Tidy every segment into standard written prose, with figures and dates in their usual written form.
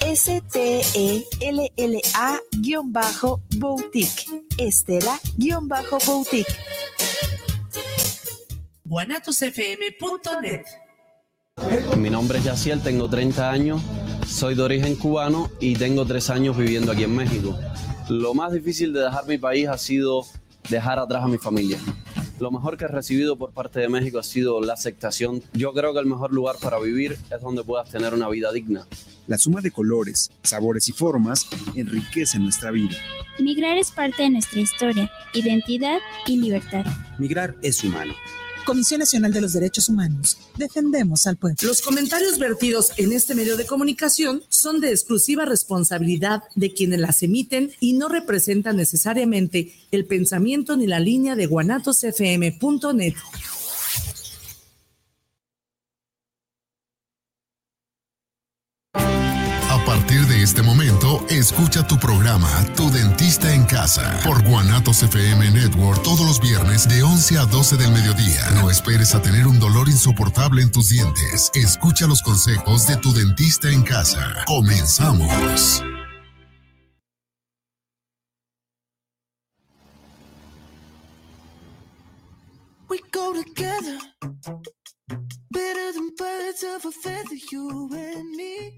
Estela-boutique. Estela-boutique. guanatosfm.net. Mi nombre es Yaciel, tengo 30 años, soy de origen cubano y tengo 3 años viviendo aquí en México. Lo más difícil de dejar mi país ha sido dejar atrás a mi familia. Lo mejor que he recibido por parte de México ha sido la aceptación. Yo creo que el mejor lugar para vivir es donde puedas tener una vida digna. La suma de colores, sabores y formas enriquece nuestra vida. Migrar es parte de nuestra historia, identidad y libertad. Migrar es humano. Comisión Nacional de los Derechos Humanos. Defendemos al pueblo. Los comentarios vertidos en este medio de comunicación son de exclusiva responsabilidad de quienes las emiten y no representan necesariamente el pensamiento ni la línea de guanatosfm.net. A partir de este momento, escucha tu programa Tu Dentista en Casa por Guanatos FM Network todos los viernes de 11 a 12 del mediodía. No esperes a tener un dolor insoportable en tus dientes. Escucha los consejos de Tu Dentista en Casa. Comenzamos. We go together, better than birds of a feather, you and me.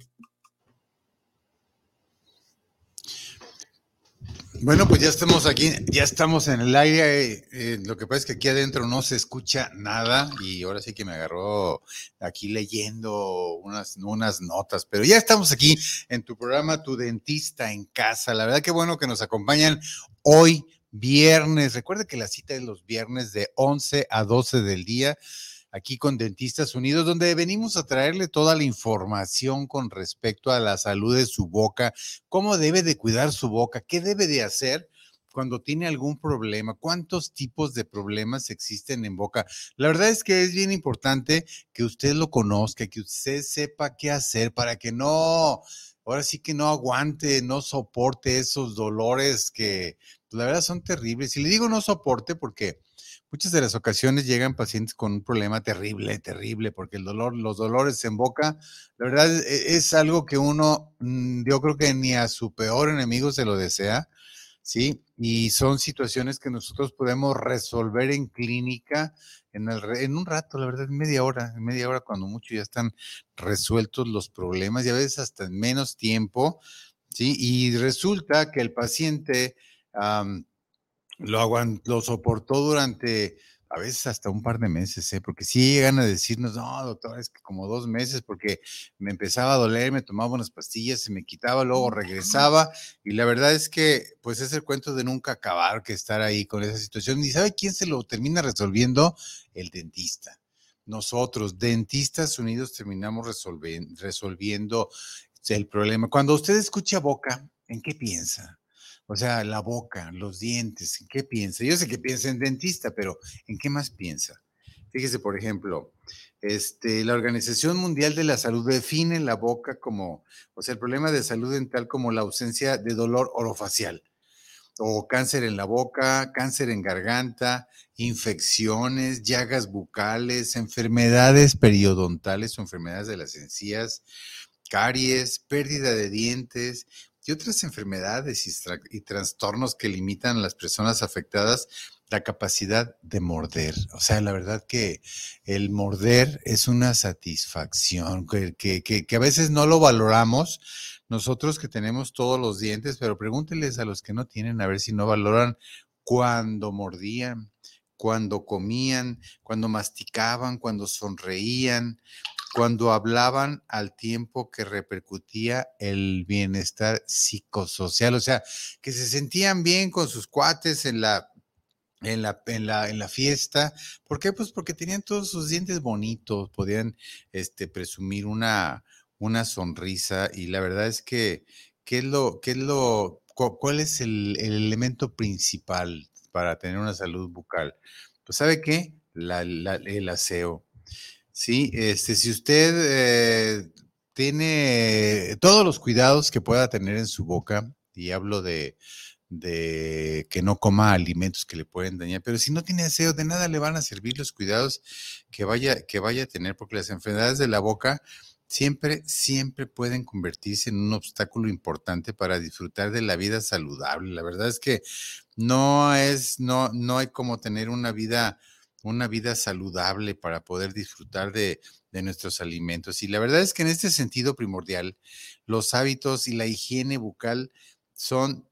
Bueno, pues ya estamos aquí, ya estamos en el aire. Lo que pasa es que aquí adentro no se escucha nada y ahora sí que me agarró aquí leyendo unas notas, pero ya estamos aquí en tu programa Tu Dentista en Casa. La verdad que bueno que nos acompañan hoy viernes. Recuerda que la cita es los viernes de 11 a 12 del día. Aquí con Dentistas Unidos, donde venimos a traerle toda la información con respecto a la salud de su boca, cómo debe de cuidar su boca, qué debe de hacer cuando tiene algún problema, cuántos tipos de problemas existen en boca. La verdad es que es bien importante que usted lo conozca, que usted sepa qué hacer para que no, ahora sí que no aguante, no soporte esos dolores que pues, la verdad son terribles. Y le digo no soporte porque muchas de las ocasiones llegan pacientes con un problema terrible, porque los dolores en boca, la verdad es algo que uno, yo creo que ni a su peor enemigo se lo desea, ¿sí? Y son situaciones que nosotros podemos resolver en clínica en un rato, la verdad, en media hora cuando mucho ya están resueltos los problemas y a veces hasta en menos tiempo, ¿sí? Y resulta que el paciente lo soportó durante a veces hasta un par de meses, porque sí llegan a decirnos, no, doctor, es que como 2 meses, porque me empezaba a doler, me tomaba unas pastillas, se me quitaba, luego regresaba, y la verdad es que, pues es el cuento de nunca acabar, que estar ahí con esa situación, y ¿sabe quién se lo termina resolviendo? El dentista. Nosotros, Dentistas Unidos, terminamos resolviendo el problema. Cuando usted escucha boca, ¿en qué piensa? O sea, la boca, los dientes, ¿en qué piensa? Yo sé que piensa en dentista, pero ¿en qué más piensa? Fíjese, por ejemplo, la Organización Mundial de la Salud define la boca como, o sea, el problema de salud dental como la ausencia de dolor orofacial, o cáncer en la boca, cáncer en garganta, infecciones, llagas bucales, enfermedades periodontales o enfermedades de las encías, caries, pérdida de dientes y otras enfermedades y trastornos que limitan a las personas afectadas la capacidad de morder. O sea, la verdad que el morder es una satisfacción que a veces no lo valoramos nosotros que tenemos todos los dientes, pero pregúntenles a los que no tienen a ver si no valoran cuando mordían, cuando comían, cuando masticaban, cuando sonreían, cuando hablaban al tiempo que repercutía el bienestar psicosocial, o sea, que se sentían bien con sus cuates en la fiesta. ¿Por qué? Pues porque tenían todos sus dientes bonitos, podían presumir una sonrisa, y la verdad es que ¿cuál es el elemento principal para tener una salud bucal? Pues ¿sabe qué? El aseo. Sí, si usted tiene todos los cuidados que pueda tener en su boca, y hablo de que no coma alimentos que le pueden dañar, pero si no tiene aseo, de nada le van a servir los cuidados que vaya a tener, porque las enfermedades de la boca siempre pueden convertirse en un obstáculo importante para disfrutar de la vida saludable. La verdad es que no hay como tener una vida saludable para poder disfrutar de nuestros alimentos. Y la verdad es que en este sentido primordial, los hábitos y la higiene bucal son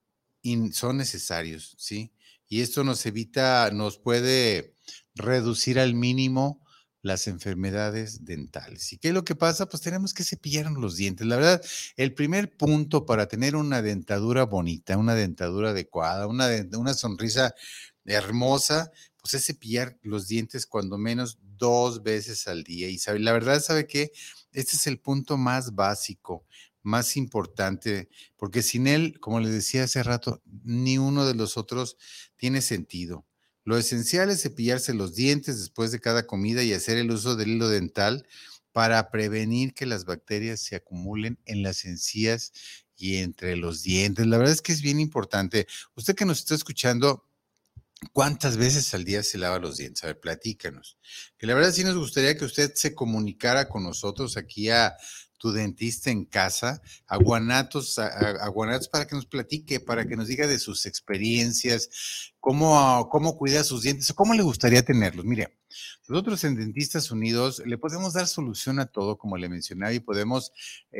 necesarios, ¿sí? Y esto nos puede reducir al mínimo las enfermedades dentales. ¿Y qué es lo que pasa? Pues tenemos que cepillarnos los dientes. La verdad, el primer punto para tener una dentadura bonita, una dentadura adecuada, una sonrisa hermosa, pues es cepillar los dientes cuando menos 2 veces al día. Y la verdad, ¿sabe qué? Este es el punto más básico, más importante, porque sin él, como les decía hace rato, ni uno de los otros tiene sentido. Lo esencial es cepillarse los dientes después de cada comida y hacer el uso del hilo dental para prevenir que las bacterias se acumulen en las encías y entre los dientes. La verdad es que es bien importante. Usted que nos está escuchando, ¿cuántas veces al día se lava los dientes? A ver, platícanos. Que la verdad sí nos gustaría que usted se comunicara con nosotros aquí a Tu Dentista en Casa, a Guanatos para que nos platique, para que nos diga de sus experiencias, cómo cuida sus dientes, o cómo le gustaría tenerlos. Mire, nosotros en Dentistas Unidos le podemos dar solución a todo, como le mencionaba, y podemos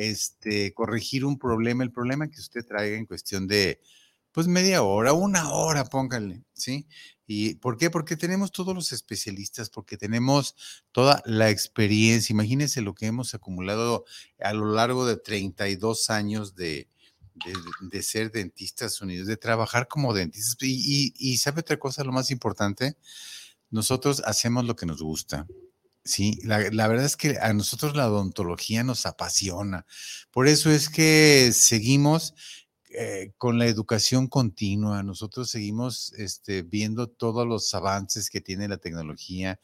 corregir un problema, el problema que usted traiga en cuestión de pues media hora, 1 hora, póngale, ¿sí? ¿Y por qué? Porque tenemos todos los especialistas, porque tenemos toda la experiencia. Imagínense lo que hemos acumulado a lo largo de 32 años de ser Dentistas Unidos, de trabajar como dentistas. Y ¿sabe otra cosa? Lo más importante, nosotros hacemos lo que nos gusta. Sí, la verdad es que a nosotros la odontología nos apasiona. Por eso es que seguimos con la educación continua. Nosotros seguimos viendo todos los avances que tiene la tecnología,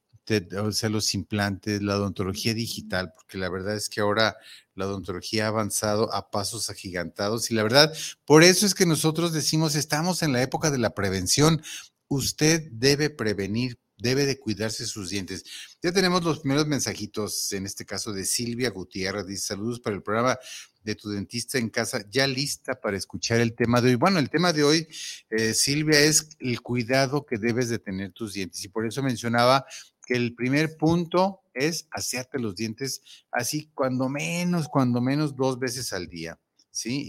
o sea, los implantes, la odontología digital, porque la verdad es que ahora la odontología ha avanzado a pasos agigantados y la verdad, por eso es que nosotros decimos, estamos en la época de la prevención. Usted debe prevenir, debe de cuidarse sus dientes. Ya tenemos los primeros mensajitos, en este caso de Silvia Gutiérrez, dice: saludos para el programa de Tu Dentista en Casa, ya lista para escuchar el tema de hoy. Bueno, el tema de hoy, Silvia, es el cuidado que debes de tener tus dientes y por eso mencionaba que el primer punto es asearte los dientes así cuando menos 2 veces al día, ¿sí?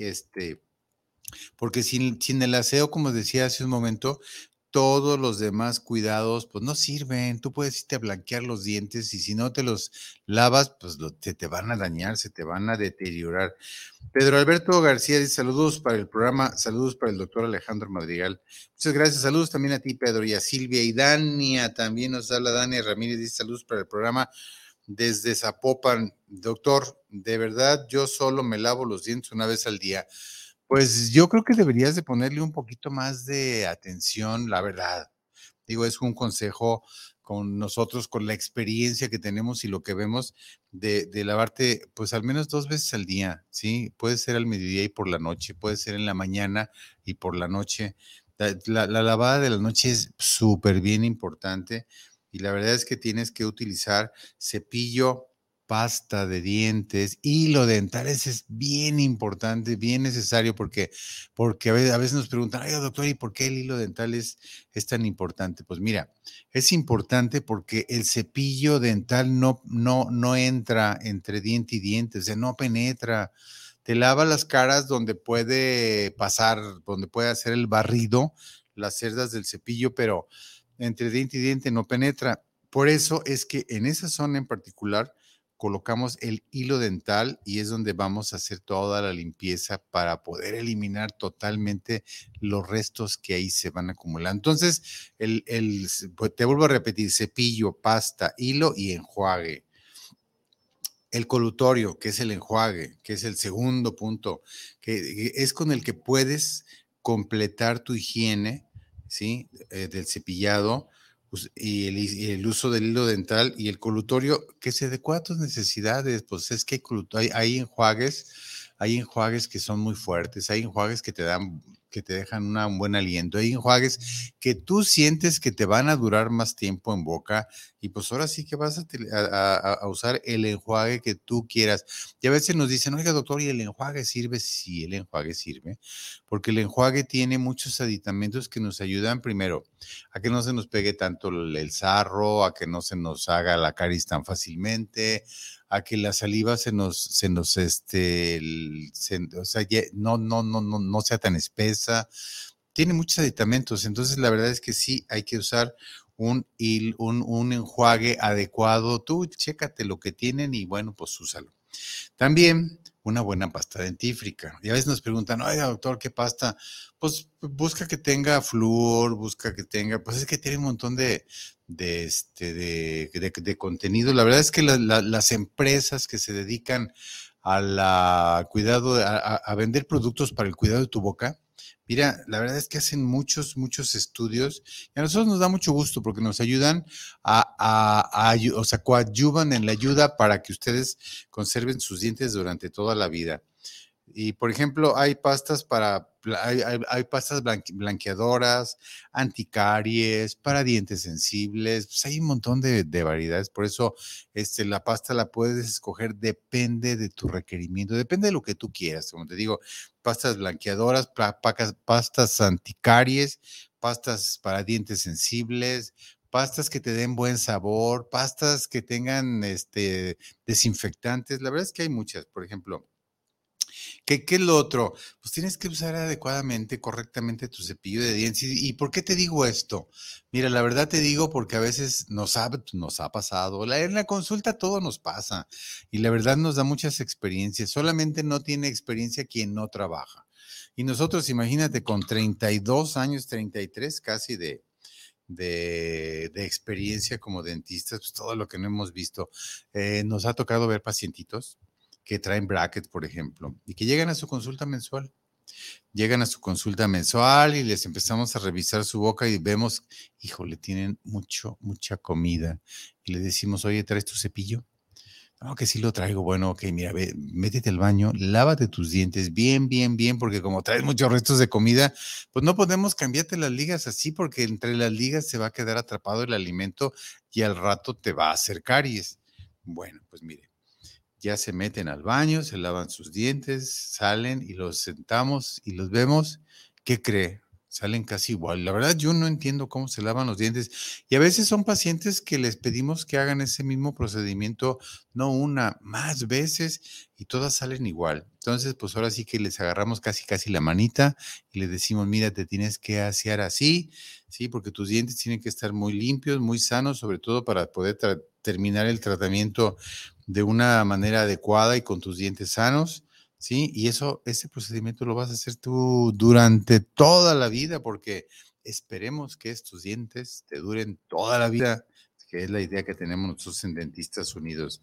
Porque sin el aseo, como decía hace un momento, todos los demás cuidados pues no sirven. Tú puedes irte a blanquear los dientes y si no te los lavas, pues se te van a dañar, se te van a deteriorar. Pedro Alberto García dice: saludos para el programa, saludos para el doctor Alejandro Madrigal. Muchas gracias, saludos también a ti, Pedro, y a Silvia. Y Dania, también nos habla Dania Ramírez, dice: saludos para el programa desde Zapopan. Doctor, de verdad, yo solo me lavo los dientes 1 vez al día. Pues yo creo que deberías de ponerle un poquito más de atención, la verdad. Digo, es un consejo con nosotros, con la experiencia que tenemos y lo que vemos de lavarte, pues al menos 2 veces al día, ¿sí? Puede ser al mediodía y por la noche, puede ser en la mañana y por la noche. La lavada de la noche es súper bien importante y la verdad es que tienes que utilizar cepillo, pasta de dientes, hilo dental. Ese es bien importante, bien necesario porque a veces nos preguntan: ay, doctor, ¿y por qué el hilo dental es tan importante? Pues mira, es importante porque el cepillo dental no entra entre diente y diente, o sea, no penetra. Te lava las caras donde puede pasar, donde puede hacer el barrido, las cerdas del cepillo, pero entre diente y diente no penetra. Por eso es que en esa zona en particular colocamos el hilo dental y es donde vamos a hacer toda la limpieza para poder eliminar totalmente los restos que ahí se van a acumular. Entonces, pues te vuelvo a repetir: cepillo, pasta, hilo y enjuague. El colutorio, que es el enjuague, que es el segundo punto, que es con el que puedes completar tu higiene, ¿sí? Del cepillado y el uso del hilo dental y el colutorio que se adecua a tus necesidades. Pues es que hay enjuagues que son muy fuertes, hay enjuagues que te dan que te dejan un buen aliento. Hay enjuagues que tú sientes que te van a durar más tiempo en boca y pues ahora sí que vas a usar el enjuague que tú quieras. Y a veces nos dicen, oiga doctor, ¿y el enjuague sirve? Sí, el enjuague sirve, porque el enjuague tiene muchos aditamentos que nos ayudan primero a que no se nos pegue tanto el sarro, a que no se nos haga la caries tan fácilmente, a que la saliva o sea, no sea tan espesa. Tiene muchos aditamentos, entonces la verdad es que sí hay que usar un enjuague adecuado. Tú chécate lo que tienen y bueno, pues úsalo. También una buena pasta dentífrica. Y a veces nos preguntan, oiga, doctor, ¿qué pasta? Pues busca que tenga flúor, busca que tenga, pues es que tiene un montón de contenido. La verdad es que las empresas que se dedican al cuidado, a vender productos para el cuidado de tu boca, mira, la verdad es que hacen muchos estudios y a nosotros nos da mucho gusto porque nos ayudan o sea, coadyuvan en la ayuda para que ustedes conserven sus dientes durante toda la vida. Y, por ejemplo, hay pastas hay pastas blanqueadoras, anticaries, para dientes sensibles, pues hay un montón de variedades. Por eso la pasta la puedes escoger, depende de tu requerimiento, depende de lo que tú quieras. Como te digo, pastas blanqueadoras, pastas anticaries, pastas para dientes sensibles, pastas que te den buen sabor, pastas que tengan desinfectantes. La verdad es que hay muchas, por ejemplo. ¿Qué es lo otro? Pues tienes que usar adecuadamente, correctamente tu cepillo de dientes. ¿Y por qué te digo esto? Mira, la verdad te digo porque a veces nos ha pasado. En la consulta todo nos pasa y la verdad nos da muchas experiencias. Solamente no tiene experiencia quien no trabaja. Y nosotros, imagínate, con 32 años, 33 casi de experiencia como dentistas, pues todo lo que no hemos visto. Nos ha tocado ver pacientitos que traen brackets, por ejemplo, y que llegan a su consulta mensual. Llegan a su consulta mensual y les empezamos a revisar su boca y vemos, híjole, tienen mucha comida. Y le decimos, oye, ¿traes tu cepillo? No, que sí lo traigo. Bueno, ok, mira, ve, métete al baño, lávate tus dientes bien, porque como traes muchos restos de comida, pues no podemos cambiarte las ligas así, porque entre las ligas se va a quedar atrapado el alimento y al rato te va a hacer caries. Bueno, pues mire. Ya se meten al baño, se lavan sus dientes, salen y los sentamos y los vemos. ¿Qué cree? Salen casi igual. La verdad, yo no entiendo cómo se lavan los dientes. Y a veces son pacientes que les pedimos que hagan ese mismo procedimiento, no una, más veces, y todas salen igual. Entonces, pues ahora sí que les agarramos casi la manita y les decimos, mira, te tienes que asear así, ¿sí? Porque tus dientes tienen que estar muy limpios, muy sanos, sobre todo para poder terminar el tratamiento de una manera adecuada y con tus dientes sanos, ¿sí? Y ese procedimiento lo vas a hacer tú durante toda la vida, porque esperemos que estos dientes te duren toda la vida, que es la idea que tenemos nosotros en Dentistas Unidos.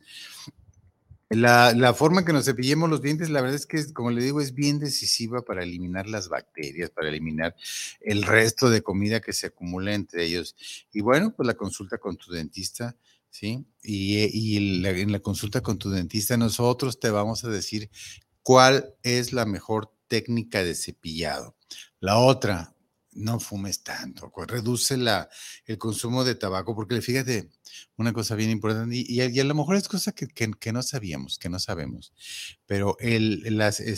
La forma en que nos cepillemos los dientes, la verdad es que, como le digo, es bien decisiva para eliminar las bacterias, para eliminar el resto de comida que se acumula entre ellos. Y bueno, pues la consulta con tu dentista, ¿sí? En la consulta con tu dentista nosotros te vamos a decir cuál es la mejor técnica de cepillado. La otra, no fumes tanto, reduce el consumo de tabaco, porque fíjate, una cosa bien importante, y a lo mejor es cosa que no sabíamos, que no sabemos, pero el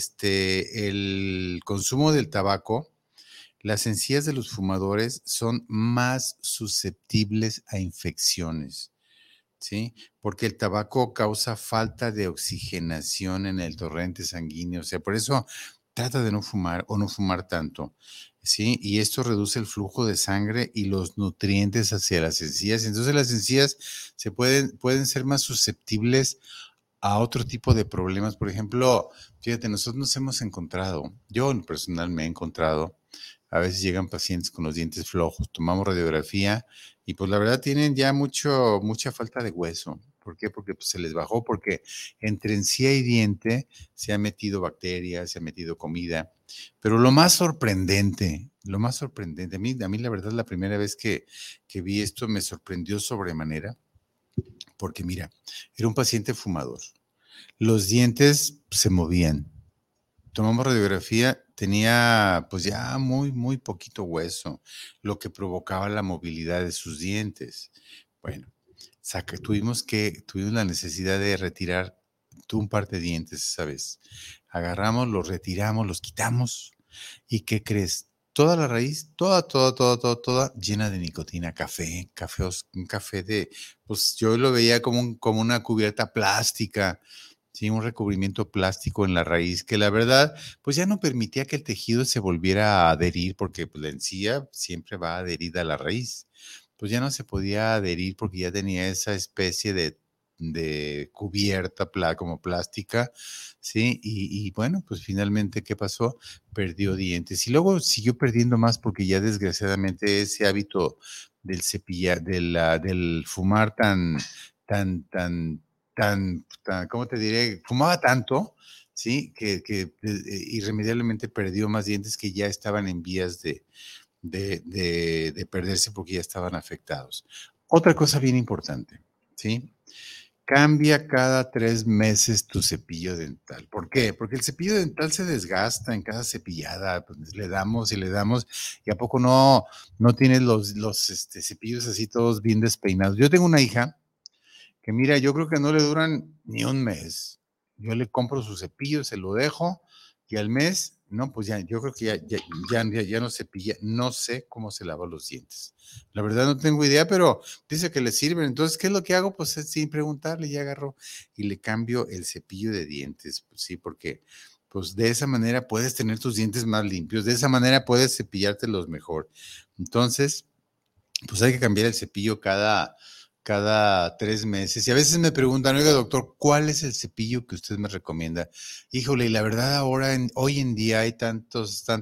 consumo del tabaco, las encías de los fumadores son más susceptibles a infecciones, ¿sí? Porque el tabaco causa falta de oxigenación en el torrente sanguíneo, o sea, por eso trata de no fumar o no fumar tanto, ¿sí? Y esto reduce el flujo de sangre y los nutrientes hacia las encías. Entonces las encías pueden ser más susceptibles a otro tipo de problemas. Por ejemplo, fíjate, nosotros nos hemos encontrado, yo en personal me he encontrado, a veces llegan pacientes con los dientes flojos, tomamos radiografía y pues la verdad tienen ya mucha falta de hueso. ¿Por qué? Porque pues, se les bajó, porque entre encía y diente se ha metido bacterias, se ha metido comida. Pero lo más sorprendente, a mí la verdad la primera vez que vi esto me sorprendió sobremanera, porque mira, era un paciente fumador. Los dientes se movían. tomamos radiografía, tenía pues ya muy poquito hueso, lo que provocaba la movilidad de sus dientes. Bueno, tuvimos la necesidad de retirar un par de dientes esa vez. Agarramos, los retiramos, los quitamos. ¿Y qué crees? Toda la raíz, toda llena de nicotina, un café pues yo lo veía como una cubierta plástica, ¿sí? Un recubrimiento plástico en la raíz, que la verdad, pues ya no permitía que el tejido se volviera a adherir, porque pues, la encía siempre va adherida a la raíz. Pues ya no se podía adherir porque ya tenía esa especie de cubierta como plástica, ¿sí? Y bueno, pues finalmente, ¿qué pasó? Perdió dientes y luego siguió perdiendo más porque ya desgraciadamente ese hábito del cepillar, del fumar tan, ¿cómo te diré? Fumaba tanto, ¿sí? Que irremediablemente perdió más dientes que ya estaban en vías de perderse porque ya estaban afectados. Otra cosa bien importante, ¿sí? Cambia cada 3 meses tu cepillo dental. ¿Por qué? Porque el cepillo dental se desgasta en cada cepillada. Pues le damos y a poco no tienes los cepillos así todos bien despeinados. Yo tengo una hija que mira, yo creo que no le duran ni un mes. Yo le compro su cepillo, se lo dejo y al mes, no, pues ya, yo creo que ya no cepilla, no sé cómo se lava los dientes. La verdad no tengo idea, pero dice que le sirven. Entonces, ¿qué es lo que hago? Pues sin preguntarle, ya agarro y le cambio el cepillo de dientes, pues, sí, porque pues de esa manera puedes tener tus dientes más limpios, de esa manera puedes cepillártelos mejor. Entonces, pues hay que cambiar el cepillo cada 3 meses. Y a veces me preguntan, oiga, doctor, ¿cuál es el cepillo que usted me recomienda? Híjole, y la verdad ahora, hoy en día hay tanta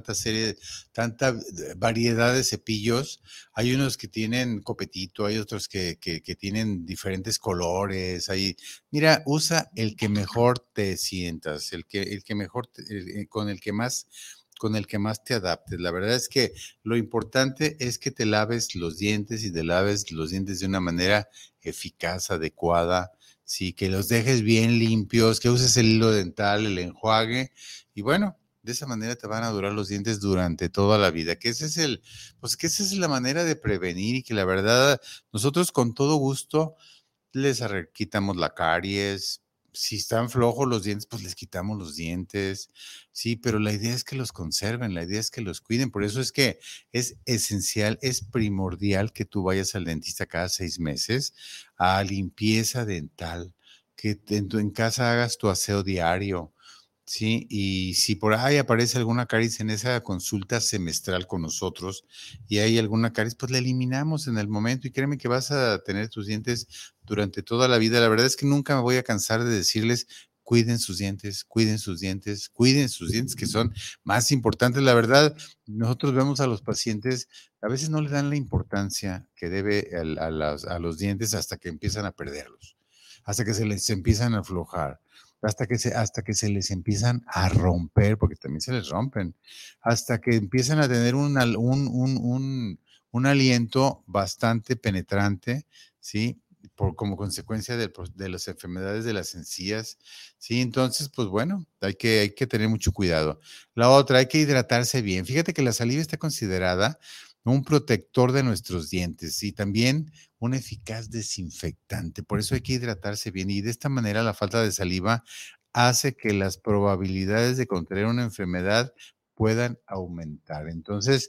variedad de cepillos. Hay unos que tienen copetito, hay otros que tienen diferentes colores. Mira, usa el que mejor te sientas, el que mejor, con el que más te adaptes. La verdad es que lo importante es que te laves los dientes y te laves los dientes de una manera eficaz, adecuada, sí, que los dejes bien limpios, que uses el hilo dental, el enjuague y bueno, de esa manera te van a durar los dientes durante toda la vida, que esa es la manera de prevenir y que la verdad nosotros con todo gusto les quitamos la caries. Si están flojos los dientes, pues les quitamos los dientes, sí, pero la idea es que los conserven, la idea es que los cuiden, por eso es que es esencial, es primordial que tú vayas al dentista cada 6 meses a limpieza dental, que en casa hagas tu aseo diario, sí, y si por ahí aparece alguna caries en esa consulta semestral con nosotros y hay alguna caries, pues la eliminamos en el momento y créeme que vas a tener tus dientes durante toda la vida. La verdad es que nunca me voy a cansar de decirles, cuiden sus dientes, cuiden sus dientes, cuiden sus dientes que son más importantes. La verdad, nosotros vemos a los pacientes, a veces no le dan la importancia que debe a los dientes hasta que empiezan a perderlos, hasta que se les empiezan a aflojar, hasta que se les empiezan a romper, porque también se les rompen, hasta que empiezan a tener un aliento bastante penetrante, ¿sí? Como consecuencia de las enfermedades de las encías, ¿sí? Entonces, pues bueno, hay que tener mucho cuidado. La otra, hay que hidratarse bien. Fíjate que la saliva está considerada un protector de nuestros dientes y también un eficaz desinfectante. Por eso hay que hidratarse bien y de esta manera la falta de saliva hace que las probabilidades de contraer una enfermedad puedan aumentar. Entonces,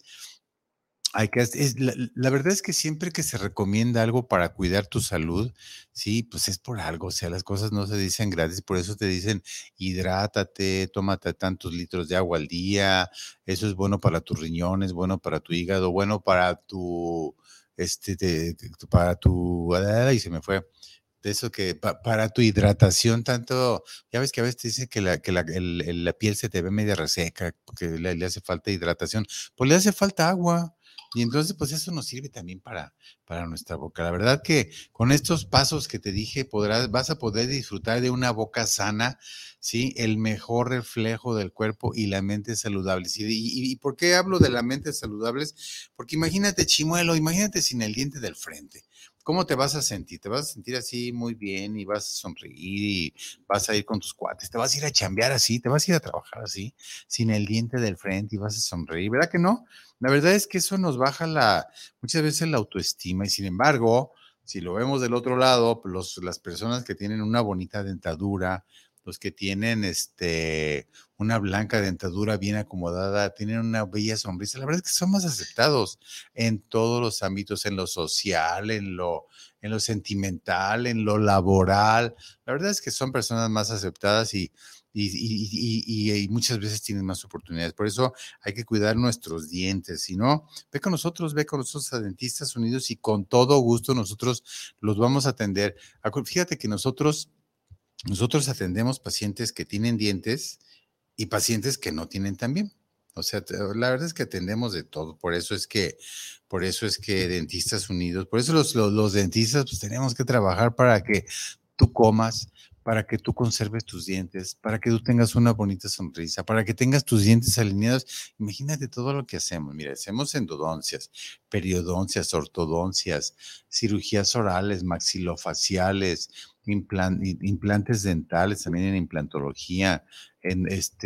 la verdad es que siempre que se recomienda algo para cuidar tu salud, sí, pues es por algo, o sea, las cosas no se dicen gratis, por eso te dicen hidrátate, tómate tantos litros de agua al día, eso es bueno para tus riñones, bueno para tu hígado, bueno para ay, se me fue, de eso que para tu hidratación, tanto, ya ves que a veces te dicen que la piel se te ve media reseca, porque le hace falta hidratación, pues le hace falta agua. Y entonces, pues eso nos sirve también para nuestra boca. La verdad que con estos pasos que te dije, vas a poder disfrutar de una boca sana, ¿sí? El mejor reflejo del cuerpo y la mente saludable. ¿Sí? ¿Y por qué hablo de la mente saludable? Porque imagínate, Chimuelo, imagínate sin el diente del frente. ¿cómo te vas a sentir? Te vas a sentir así muy bien y vas a sonreír y vas a ir con tus cuates, te vas a ir a chambear así, te vas a ir a trabajar así, sin el diente del frente y vas a sonreír, ¿verdad que no? La verdad es que eso nos baja muchas veces la autoestima y sin embargo, si lo vemos del otro lado, las personas que tienen una bonita dentadura, los que tienen una blanca dentadura bien acomodada, tienen una bella sonrisa, la verdad es que son más aceptados en todos los ámbitos, en lo social, en lo sentimental, en lo laboral. La verdad es que son personas más aceptadas y muchas veces tienen más oportunidades. Por eso hay que cuidar nuestros dientes. Si no, ve con nosotros a Dentistas Unidos y con todo gusto nosotros los vamos a atender. Fíjate que nosotros atendemos pacientes que tienen dientes y pacientes que no tienen también. O sea, la verdad es que atendemos de todo. Por eso es que Dentistas Unidos, por eso los dentistas pues tenemos que trabajar para que tú comas, para que tú conserves tus dientes, para que tú tengas una bonita sonrisa, para que tengas tus dientes alineados. Imagínate todo lo que hacemos. Mira, hacemos endodoncias, periodoncias, ortodoncias, cirugías orales, maxilofaciales, implantes dentales, también en implantología, en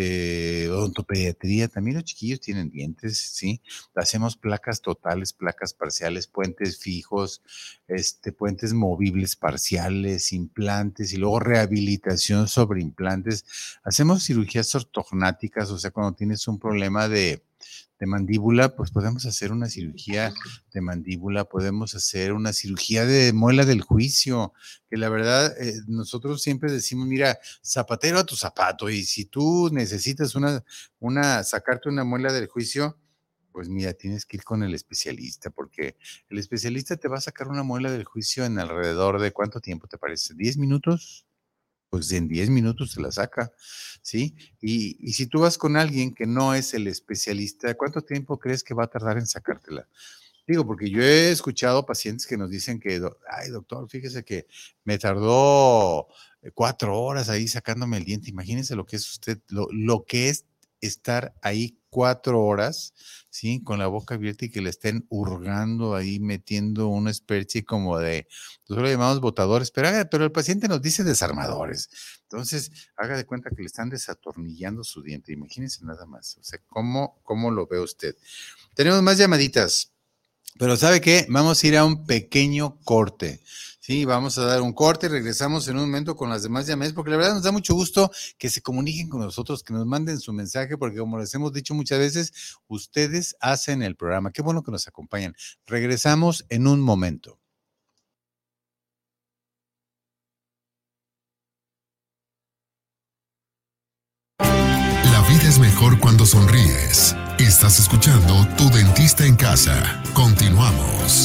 odontopediatría, también los chiquillos tienen dientes, ¿sí? Hacemos placas totales, placas parciales, puentes fijos, puentes movibles parciales, implantes y luego rehabilitación sobre implantes. Hacemos cirugías ortognáticas, o sea, cuando tienes un problema de mandíbula, pues podemos hacer una cirugía de mandíbula, podemos hacer una cirugía de muela del juicio, que la verdad nosotros siempre decimos, mira, zapatero a tu zapato, y si tú necesitas sacarte una muela del juicio, pues mira, tienes que ir con el especialista, porque el especialista te va a sacar una muela del juicio en alrededor de, ¿cuánto tiempo te parece? ¿10 minutos? Pues en 10 minutos te la saca, ¿sí? Y si tú vas con alguien que no es el especialista, ¿cuánto tiempo crees que va a tardar en sacártela? Digo, porque yo he escuchado pacientes que nos dicen que, ay, doctor, fíjese que me tardó 4 horas ahí sacándome el diente. Imagínense lo que es lo que es estar ahí 4 horas, ¿sí? Con la boca abierta y que le estén hurgando ahí, metiendo una especie como nosotros lo llamamos botadores, pero el paciente nos dice desarmadores. Entonces, haga de cuenta que le están desatornillando su diente. Imagínense nada más. O sea, ¿cómo lo ve usted? Tenemos más llamaditas, pero ¿sabe qué? Vamos a ir a un pequeño corte. Sí, vamos a dar un corte y regresamos en un momento con las demás llamadas, porque la verdad nos da mucho gusto que se comuniquen con nosotros, que nos manden su mensaje, porque como les hemos dicho muchas veces, ustedes hacen el programa. Qué bueno que nos acompañan. Regresamos en un momento. La vida es mejor cuando sonríes. Estás escuchando Tu Dentista en Casa. Continuamos.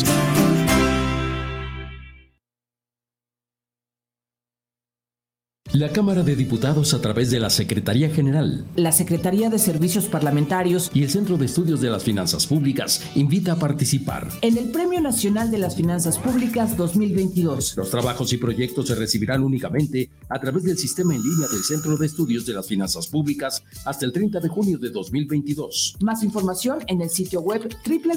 La Cámara de Diputados, a través de la Secretaría General, la Secretaría de Servicios Parlamentarios y el Centro de Estudios de las Finanzas Públicas, invita a participar en el Premio Nacional de las Finanzas Públicas 2022. Los trabajos y proyectos se recibirán únicamente a través del sistema en línea del Centro de Estudios de las Finanzas Públicas hasta el 30 de junio de 2022. Más información en el sitio web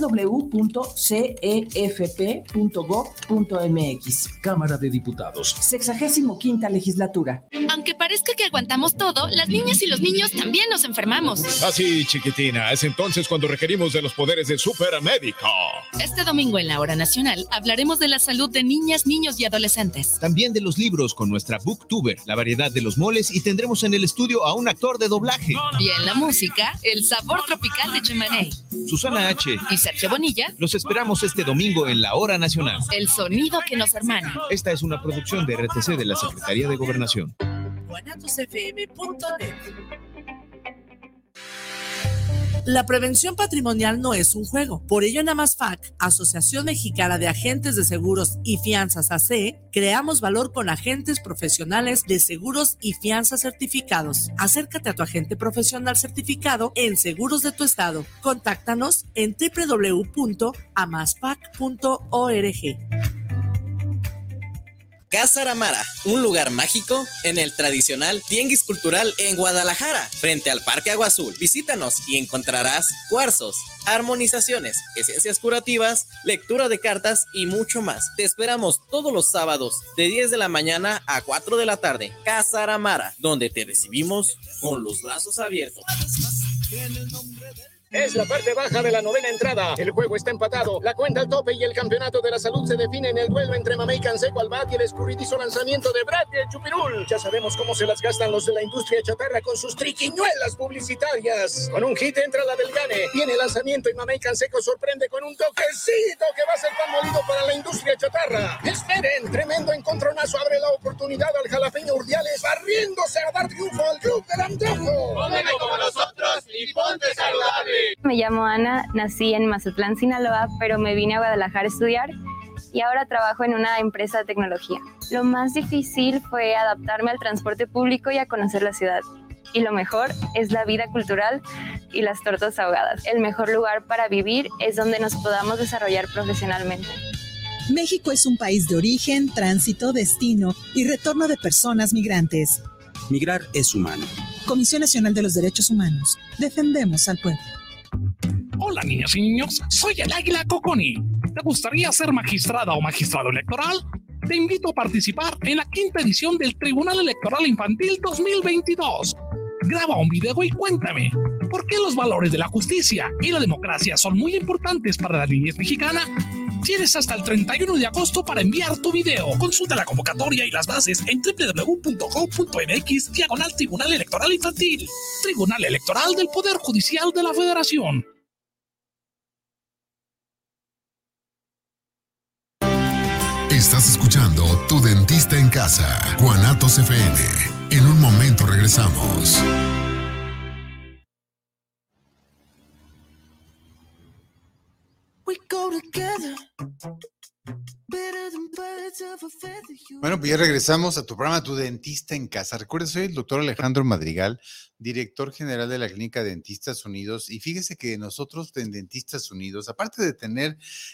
www.cefp.gov.mx. Cámara de Diputados. 65ª Legislatura. Aunque parezca que aguantamos todo, las niñas y los niños también nos enfermamos. Así, chiquitina, es entonces cuando requerimos de los poderes de Supermédico. Este domingo en la Hora Nacional hablaremos de la salud de niñas, niños y adolescentes. También de los libros con nuestra booktuber, la variedad de los moles, y tendremos en el estudio a un actor de doblaje. Y en la música, el sabor tropical de Chimaney. Susana H. y Sergio Bonilla. Los esperamos este domingo en la Hora Nacional. El sonido que nos hermana. Esta es una producción de RTC de la Secretaría de Gobernación. guanatosfm.net. La prevención patrimonial no es un juego. Por ello, en AMASFAC, Asociación Mexicana de Agentes de Seguros y Fianzas AC, creamos valor con agentes profesionales de seguros y fianzas certificados. Acércate a tu agente profesional certificado en Seguros de tu Estado. Contáctanos en www.amasfac.org. Casa Aramara, un lugar mágico en el tradicional Tianguis Cultural en Guadalajara, frente al Parque Agua Azul. Visítanos y encontrarás cuarzos, armonizaciones, esencias curativas, lectura de cartas y mucho más. Te esperamos todos los sábados de 10 de la mañana a 4 de la tarde. Casa Aramara, donde te recibimos con los brazos abiertos. Es la parte baja de la novena entrada. El juego está empatado. La cuenta al tope y el campeonato de la salud se define en el duelo entre Mamey Canseco al bat y el escurridizo lanzamiento de Brad y el Chupirul. Ya sabemos cómo se las gastan los de la industria chatarra con sus triquiñuelas publicitarias. Con un hit entra la del Gane. Viene el lanzamiento y Mamey Canseco sorprende con un toquecito que va a ser pan molido para la industria chatarra. Esperen, tremendo encontronazo abre la oportunidad al jalapeño Urdiales, barriéndose a dar triunfo al club del antojo. Cómeme como nosotros y ponte saludable. Me llamo Ana, nací en Mazatlán, Sinaloa, pero me vine a Guadalajara a estudiar y ahora trabajo en una empresa de tecnología. Lo más difícil fue adaptarme al transporte público y a conocer la ciudad. Y lo mejor es la vida cultural y las tortas ahogadas. El mejor lugar para vivir es donde nos podamos desarrollar profesionalmente. México es un país de origen, tránsito, destino y retorno de personas migrantes. Migrar es humano. Comisión Nacional de los Derechos Humanos. Defendemos al pueblo. Hola niñas y niños, soy el Águila Coconi. ¿Te gustaría ser magistrada o magistrado electoral? Te invito a participar en la 5ª edición del Tribunal Electoral Infantil 2022. Graba un video y cuéntame, ¿por qué los valores de la justicia y la democracia son muy importantes para la niñez mexicana? Tienes hasta el 31 de agosto para enviar tu video. Consulta la convocatoria y las bases en www.gov.mx/Tribunal Electoral Infantil. Tribunal Electoral del Poder Judicial de la Federación. Estás escuchando Tu Dentista en Casa, Guanatos FM. En un momento regresamos. Bueno, pues ya regresamos a tu programa Tu Dentista en Casa. Recuerda, soy el doctor Alejandro Madrigal, director general de la Clínica Dentistas Unidos. Y fíjese que nosotros en Dentistas Unidos, aparte de tener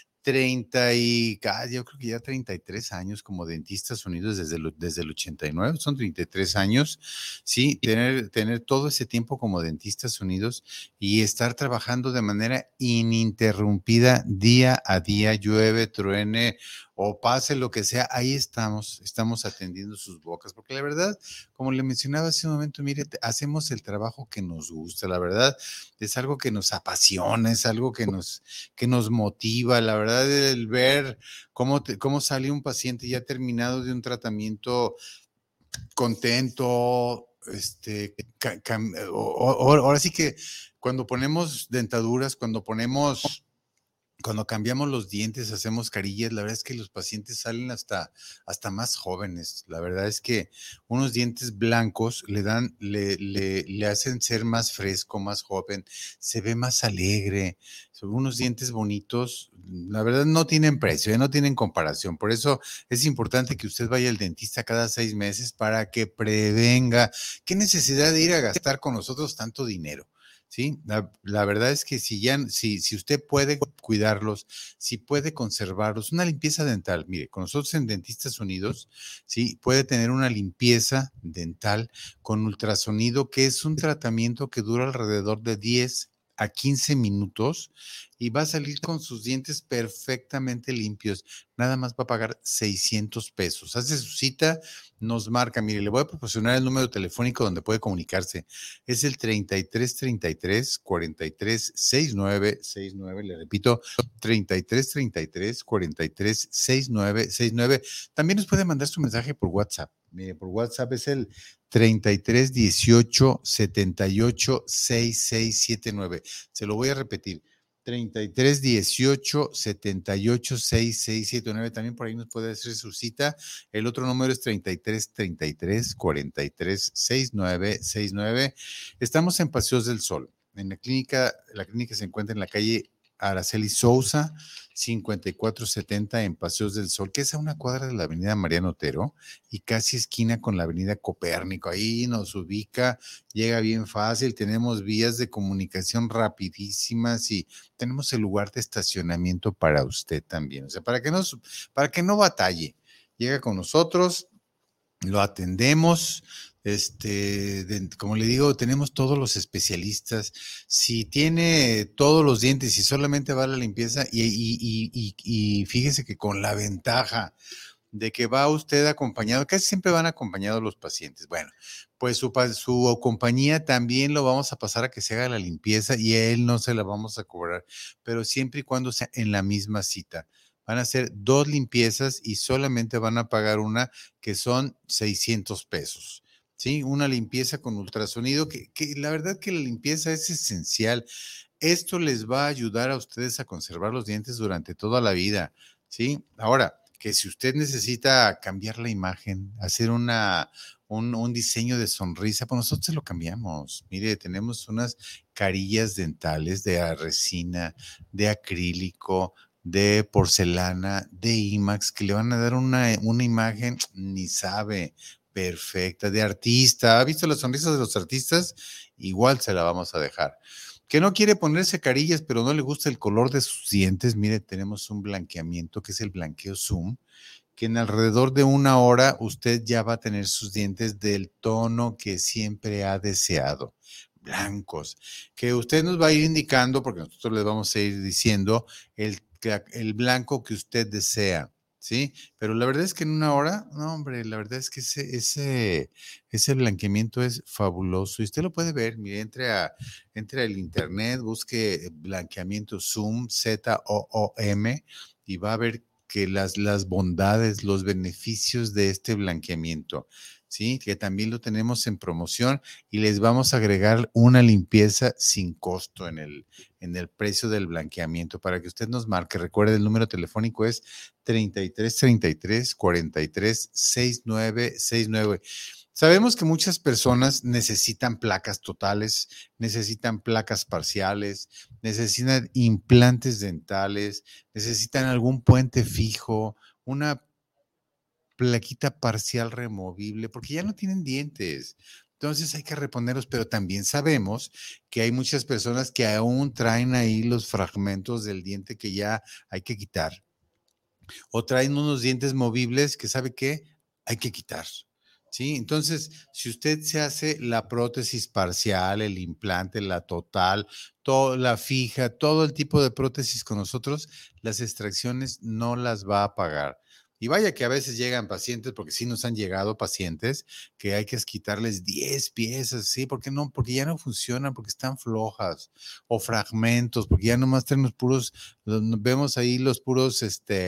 yo creo que ya 33 años como Dentistas Unidos desde el 89, son 33 años, sí, tener todo ese tiempo como Dentistas Unidos y estar trabajando de manera ininterrumpida día a día, llueve, truene o pase lo que sea, ahí estamos atendiendo sus bocas, porque la verdad, como le mencionaba hace un momento, mire, hacemos el trabajo que nos gusta, la verdad, es algo que nos apasiona, es algo que nos motiva, la verdad, el ver cómo sale un paciente ya terminado de un tratamiento contento, ahora sí que cuando ponemos dentaduras, cuando cambiamos los dientes, hacemos carillas, la verdad es que los pacientes salen hasta más jóvenes. La verdad es que unos dientes blancos le hacen ser más fresco, más joven, se ve más alegre. Son unos dientes bonitos, la verdad no tienen precio, no tienen comparación. Por eso es importante que usted vaya al dentista cada 6 meses para que prevenga. ¿Qué necesidad de ir a gastar con nosotros tanto dinero? Sí, la verdad es que si usted puede cuidarlos, si puede conservarlos, una limpieza dental, mire, con nosotros en Dentistas Unidos, sí, puede tener una limpieza dental con ultrasonido, que es un tratamiento que dura alrededor de 10 a 15 minutos y va a salir con sus dientes perfectamente limpios. Nada más va a pagar 600 pesos. Hace su cita, nos marca. Mire, le voy a proporcionar el número telefónico donde puede comunicarse. Es el 3333-436969. Le repito, 3333-436969. También nos puede mandar su mensaje por WhatsApp. Mire, por WhatsApp es el 3318-786679. Se lo voy a repetir. 3318-786679. También por ahí nos puede hacer su cita. El otro número es 3333-436969. Estamos en Paseos del Sol. En la clínica se encuentra en la calle Araceli Sousa, 5470 en Paseos del Sol, que es a una cuadra de la avenida Mariano Otero y casi esquina con la avenida Copérnico. Ahí nos ubica, llega bien fácil, tenemos vías de comunicación rapidísimas y tenemos el lugar de estacionamiento para usted también. O sea, para que no batalle. llega con nosotros, lo atendemos. Como le digo, tenemos todos los especialistas. Si tiene todos los dientes y solamente va a la limpieza, y fíjese que con la ventaja de que va usted acompañado, casi siempre van acompañados los pacientes. Bueno, pues su compañía también lo vamos a pasar a que se haga la limpieza y a él no se la vamos a cobrar, pero siempre y cuando sea en la misma cita. Van a hacer 2 limpiezas y solamente van a pagar una, que son 600 pesos. ¿Sí? Una limpieza con ultrasonido, que la verdad que la limpieza es esencial. Esto les va a ayudar a ustedes a conservar los dientes durante toda la vida, ¿sí? Ahora, que si usted necesita cambiar la imagen, hacer un diseño de sonrisa, pues nosotros se lo cambiamos. Mire, tenemos unas carillas dentales de resina, de acrílico, de porcelana, de IMAX, que le van a dar una imagen, ni sabe, perfecta, de artista. ¿Ha visto las sonrisas de los artistas? Igual se la vamos a dejar. Que no quiere ponerse carillas, pero no le gusta el color de sus dientes. Mire, tenemos un blanqueamiento que es el blanqueo Zoom, que en alrededor de 1 hora usted ya va a tener sus dientes del tono que siempre ha deseado, blancos, que usted nos va a ir indicando, porque nosotros le vamos a ir diciendo el blanco que usted desea. ¿Sí? Pero la verdad es que en 1 hora, no, hombre, la verdad es que ese blanqueamiento es fabuloso. Y usted lo puede ver, mire, entre al internet, busque blanqueamiento Zoom, ZOOM, y va a ver que las bondades, los beneficios de este blanqueamiento, ¿sí? Que también lo tenemos en promoción y les vamos a agregar una limpieza sin costo en el precio del blanqueamiento para que usted nos marque. Recuerde, el número telefónico es 3333-436969. Sabemos que muchas personas necesitan placas totales, necesitan placas parciales, necesitan implantes dentales, necesitan algún puente fijo, una plaquita parcial removible, porque ya no tienen dientes. Entonces hay que reponerlos, pero también sabemos que hay muchas personas que aún traen ahí los fragmentos del diente que ya hay que quitar. O traen unos dientes movibles que, ¿sabe qué? Hay que quitar. ¿Sí? Entonces, si usted se hace la prótesis parcial, el implante, la total, la fija, todo el tipo de prótesis con nosotros, las extracciones no las va a pagar. Y vaya que a veces llegan pacientes, porque sí nos han llegado pacientes, que hay que quitarles 10 piezas, ¿sí? ¿Por qué no? Porque ya no funcionan, porque están flojas, o fragmentos, porque ya nomás tenemos puros, vemos ahí los puros,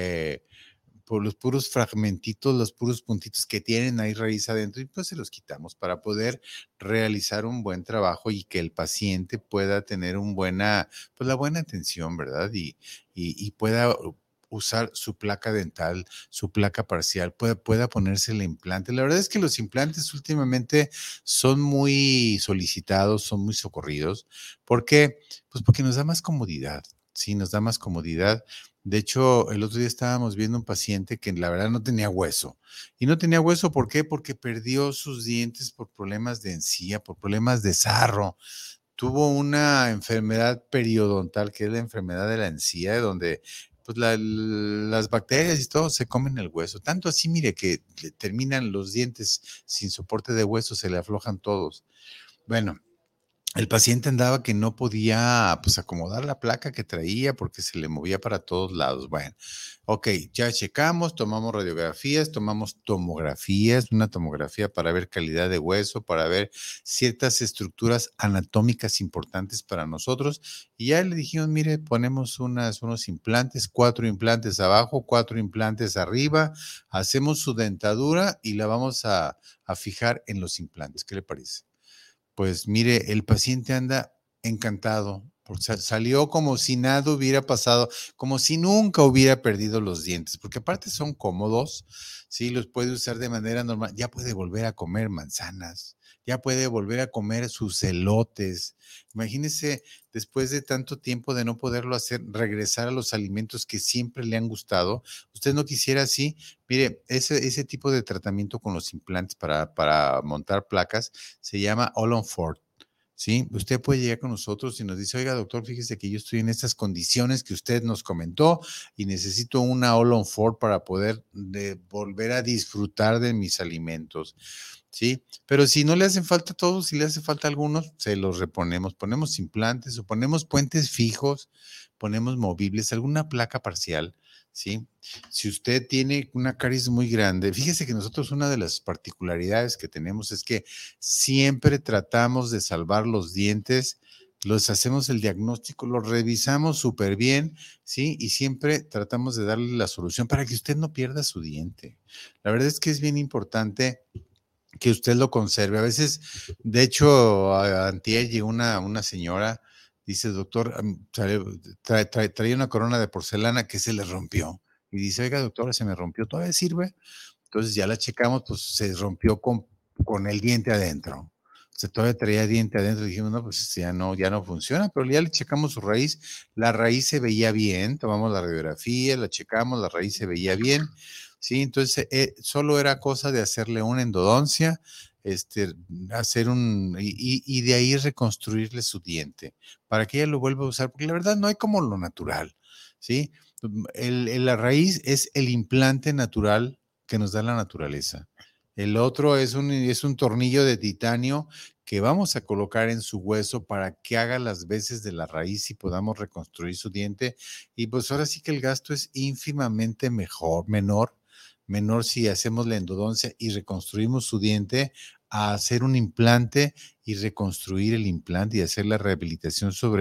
por los puros fragmentitos, los puros puntitos que tienen ahí raíz adentro, y pues se los quitamos para poder realizar un buen trabajo y que el paciente pueda tener la buena atención, ¿verdad? Y pueda usar su placa dental, su placa parcial, pueda ponerse el implante. La verdad es que los implantes últimamente son muy solicitados, son muy socorridos. ¿Por qué? Pues porque nos da más comodidad, sí, nos da más comodidad. De hecho, el otro día estábamos viendo un paciente que la verdad no tenía hueso. Y no tenía hueso, ¿por qué? Porque perdió sus dientes por problemas de encía, por problemas de sarro. Tuvo una enfermedad periodontal, que es la enfermedad de la encía, donde pues las bacterias y todo se comen el hueso. Tanto así, mire, que le terminan los dientes sin soporte de hueso, se le aflojan todos. Bueno, el paciente andaba que no podía pues acomodar la placa que traía porque se le movía para todos lados. Bueno, ok, ya checamos, tomamos radiografías, tomamos tomografías, una tomografía para ver calidad de hueso, para ver ciertas estructuras anatómicas importantes para nosotros. Y ya le dijimos, mire, ponemos unos implantes, 4 implantes abajo, 4 implantes arriba, hacemos su dentadura y la vamos a fijar en los implantes. ¿Qué le parece? Pues mire, el paciente anda encantado, salió como si nada hubiera pasado, como si nunca hubiera perdido los dientes, porque aparte son cómodos, sí, los puede usar de manera normal, ya puede volver a comer manzanas, ya puede volver a comer sus elotes. Imagínese, después de tanto tiempo de no poderlo hacer, regresar a los alimentos que siempre le han gustado. ¿Usted no quisiera así? Mire, ese tipo de tratamiento con los implantes para montar placas se llama All on 4. ¿sí? Usted puede llegar con nosotros y nos dice, oiga, doctor, fíjese que yo estoy en estas condiciones que usted nos comentó y necesito una All-on-4 para poder volver a disfrutar de mis alimentos, ¿sí? Pero si no le hacen falta todos, si le hace falta algunos, se los reponemos, ponemos implantes o ponemos puentes fijos, ponemos movibles, alguna placa parcial, ¿sí? Si usted tiene una caries muy grande, fíjese que nosotros una de las particularidades que tenemos es que siempre tratamos de salvar los dientes, los hacemos el diagnóstico, los revisamos súper bien, ¿sí? Y siempre tratamos de darle la solución para que usted no pierda su diente. La verdad es que es bien importante que usted lo conserve. A veces, de hecho, antier llegó una señora, dice, doctor, traía una corona de porcelana que se le rompió. Y dice, oiga, doctora, se me rompió, ¿todavía sirve? Entonces ya la checamos, pues se rompió con el diente adentro. O sea, todavía traía diente adentro. Dijimos, no, pues ya no funciona, pero ya le checamos su raíz. La raíz se veía bien, tomamos la radiografía, la checamos, la raíz se veía bien. Sí, entonces solo era cosa de hacerle una endodoncia, hacer y de ahí reconstruirle su diente para que ella lo vuelva a usar, porque la verdad no hay como lo natural, ¿sí? La raíz es el implante natural que nos da la naturaleza. El otro es un tornillo de titanio que vamos a colocar en su hueso para que haga las veces de la raíz y podamos reconstruir su diente. Y pues ahora sí que el gasto es ínfimamente menor si hacemos la endodoncia y reconstruimos su diente, a hacer un implante y reconstruir el implante y hacer la rehabilitación sobre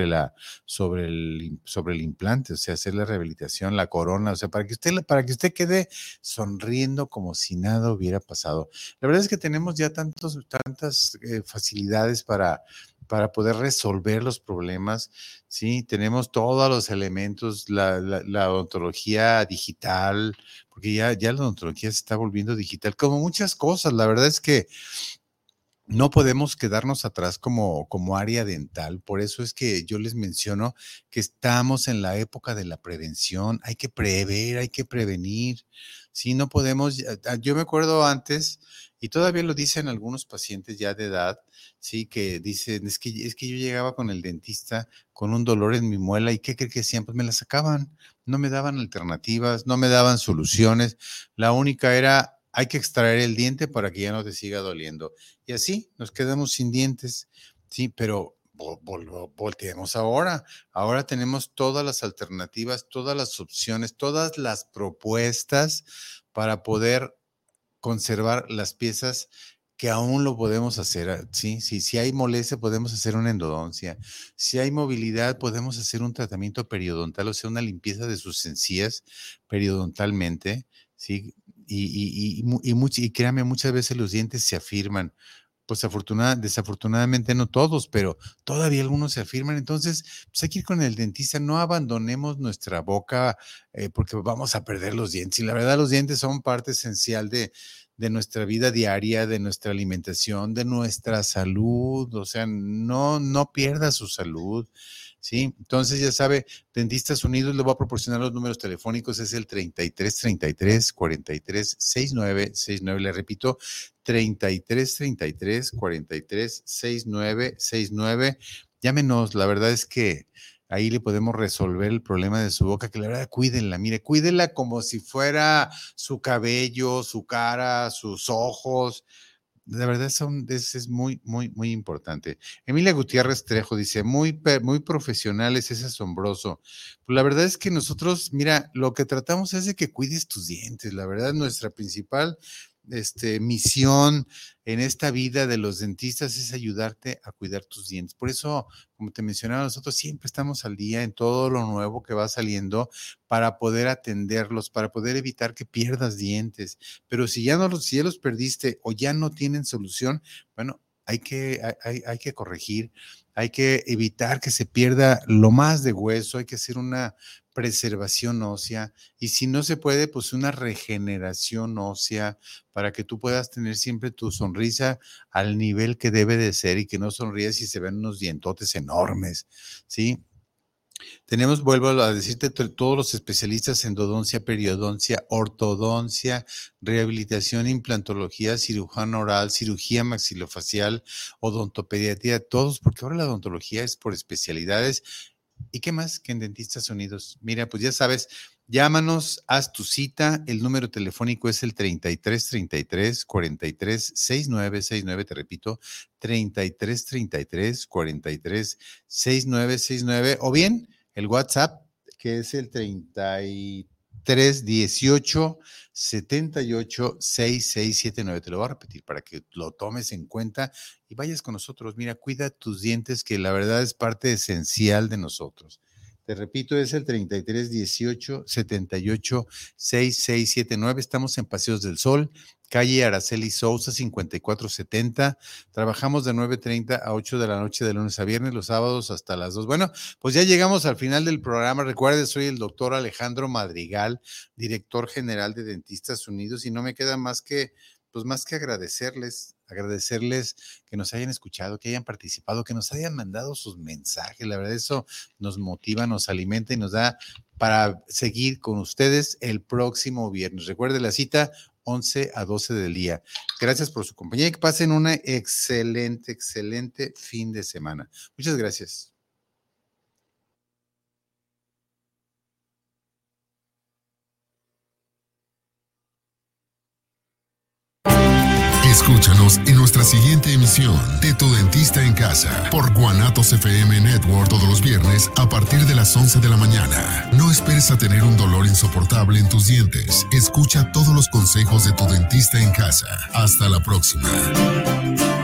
el implante, o sea, hacer la rehabilitación, la corona, o sea, para que usted quede sonriendo como si nada hubiera pasado. La verdad es que tenemos ya tantas facilidades para poder resolver los problemas, ¿sí? Tenemos todos los elementos, la odontología digital, porque ya la odontología se está volviendo digital, como muchas cosas. La verdad es que no podemos quedarnos atrás como área dental. Por eso es que yo les menciono que estamos en la época de la prevención. Hay que prever, hay que prevenir. Sí, no podemos. Yo me acuerdo antes, y todavía lo dicen algunos pacientes ya de edad, sí, que dicen, es que yo llegaba con el dentista con un dolor en mi muela, y ¿qué creen que hacían? Pues me la sacaban. No me daban alternativas, no me daban soluciones. La única era, hay que extraer el diente para que ya no te siga doliendo. Y así nos quedamos sin dientes, sí, pero volteemos ahora. Ahora tenemos todas las alternativas, todas las opciones, todas las propuestas para poder conservar las piezas que aún lo podemos hacer, ¿sí? Si hay molestia, podemos hacer una endodoncia. Si hay movilidad, podemos hacer un tratamiento periodontal, o sea, una limpieza de sus encías periodontalmente, ¿sí? Y créame, muchas veces los dientes se afirman. Pues desafortunadamente no todos, pero todavía algunos se afirman. Entonces, pues hay que ir con el dentista, no abandonemos nuestra boca porque vamos a perder los dientes. Y la verdad, los dientes son parte esencial de nuestra vida diaria, de nuestra alimentación, de nuestra salud. O sea, no pierda su salud. Sí, entonces ya sabe, Dentistas Unidos le voy a proporcionar los números telefónicos, es el 3333-436969, le repito, 3333-436969, llámenos, la verdad es que ahí le podemos resolver el problema de su boca, que la verdad cuídenla, mire, cuídenla como si fuera su cabello, su cara, sus ojos. La verdad es muy, muy, muy importante. Emilia Gutiérrez Trejo dice, muy profesionales, es asombroso. Pues la verdad es que nosotros, mira, lo que tratamos es de que cuides tus dientes. La verdad, nuestra principal misión en esta vida de los dentistas es ayudarte a cuidar tus dientes. Por eso, como te mencionaba, nosotros siempre estamos al día en todo lo nuevo que va saliendo para poder atenderlos, para poder evitar que pierdas dientes. Pero si ya los perdiste o ya no tienen solución, bueno, hay que corregir, hay que evitar que se pierda lo más de hueso, hay que hacer una preservación ósea y si no se puede, pues una regeneración ósea para que tú puedas tener siempre tu sonrisa al nivel que debe de ser y que no sonríes y se ven unos dientotes enormes, ¿sí? Tenemos, vuelvo a decirte, todos los especialistas en endodoncia, periodoncia, ortodoncia, rehabilitación, implantología, cirujano oral, cirugía maxilofacial, odontopediatría, todos, porque ahora la odontología es por especialidades. ¿Y qué más que en Dentistas Unidos? Mira, pues ya sabes, llámanos, haz tu cita, el número telefónico es el 3333-436969, te repito, 3333-436969, o bien el WhatsApp, que es el 3318-786679, te lo voy a repetir para que lo tomes en cuenta y vayas con nosotros. Mira, cuida tus dientes, que la verdad es parte esencial de nosotros. Te repito, es el 3318-786679. Estamos en Paseos del Sol, calle Araceli Sousa, 5470. Trabajamos de 9:30 a 8 de la noche de lunes a viernes, los sábados hasta las 2. Bueno, pues ya llegamos al final del programa. Recuerde, soy el doctor Alejandro Madrigal, director general de Dentistas Unidos, y no me queda más que agradecerles que nos hayan escuchado, que hayan participado, que nos hayan mandado sus mensajes. La verdad, eso nos motiva, nos alimenta y nos da para seguir con ustedes el próximo viernes. Recuerde la cita, 11 a 12 del día. Gracias por su compañía y que pasen una excelente fin de semana. Muchas gracias. Escúchanos en nuestra siguiente emisión de Tu Dentista en Casa por Guanatos FM Network todos los viernes a partir de las 11 de la mañana. No esperes a tener un dolor insoportable en tus dientes. Escucha todos los consejos de Tu Dentista en Casa. Hasta la próxima.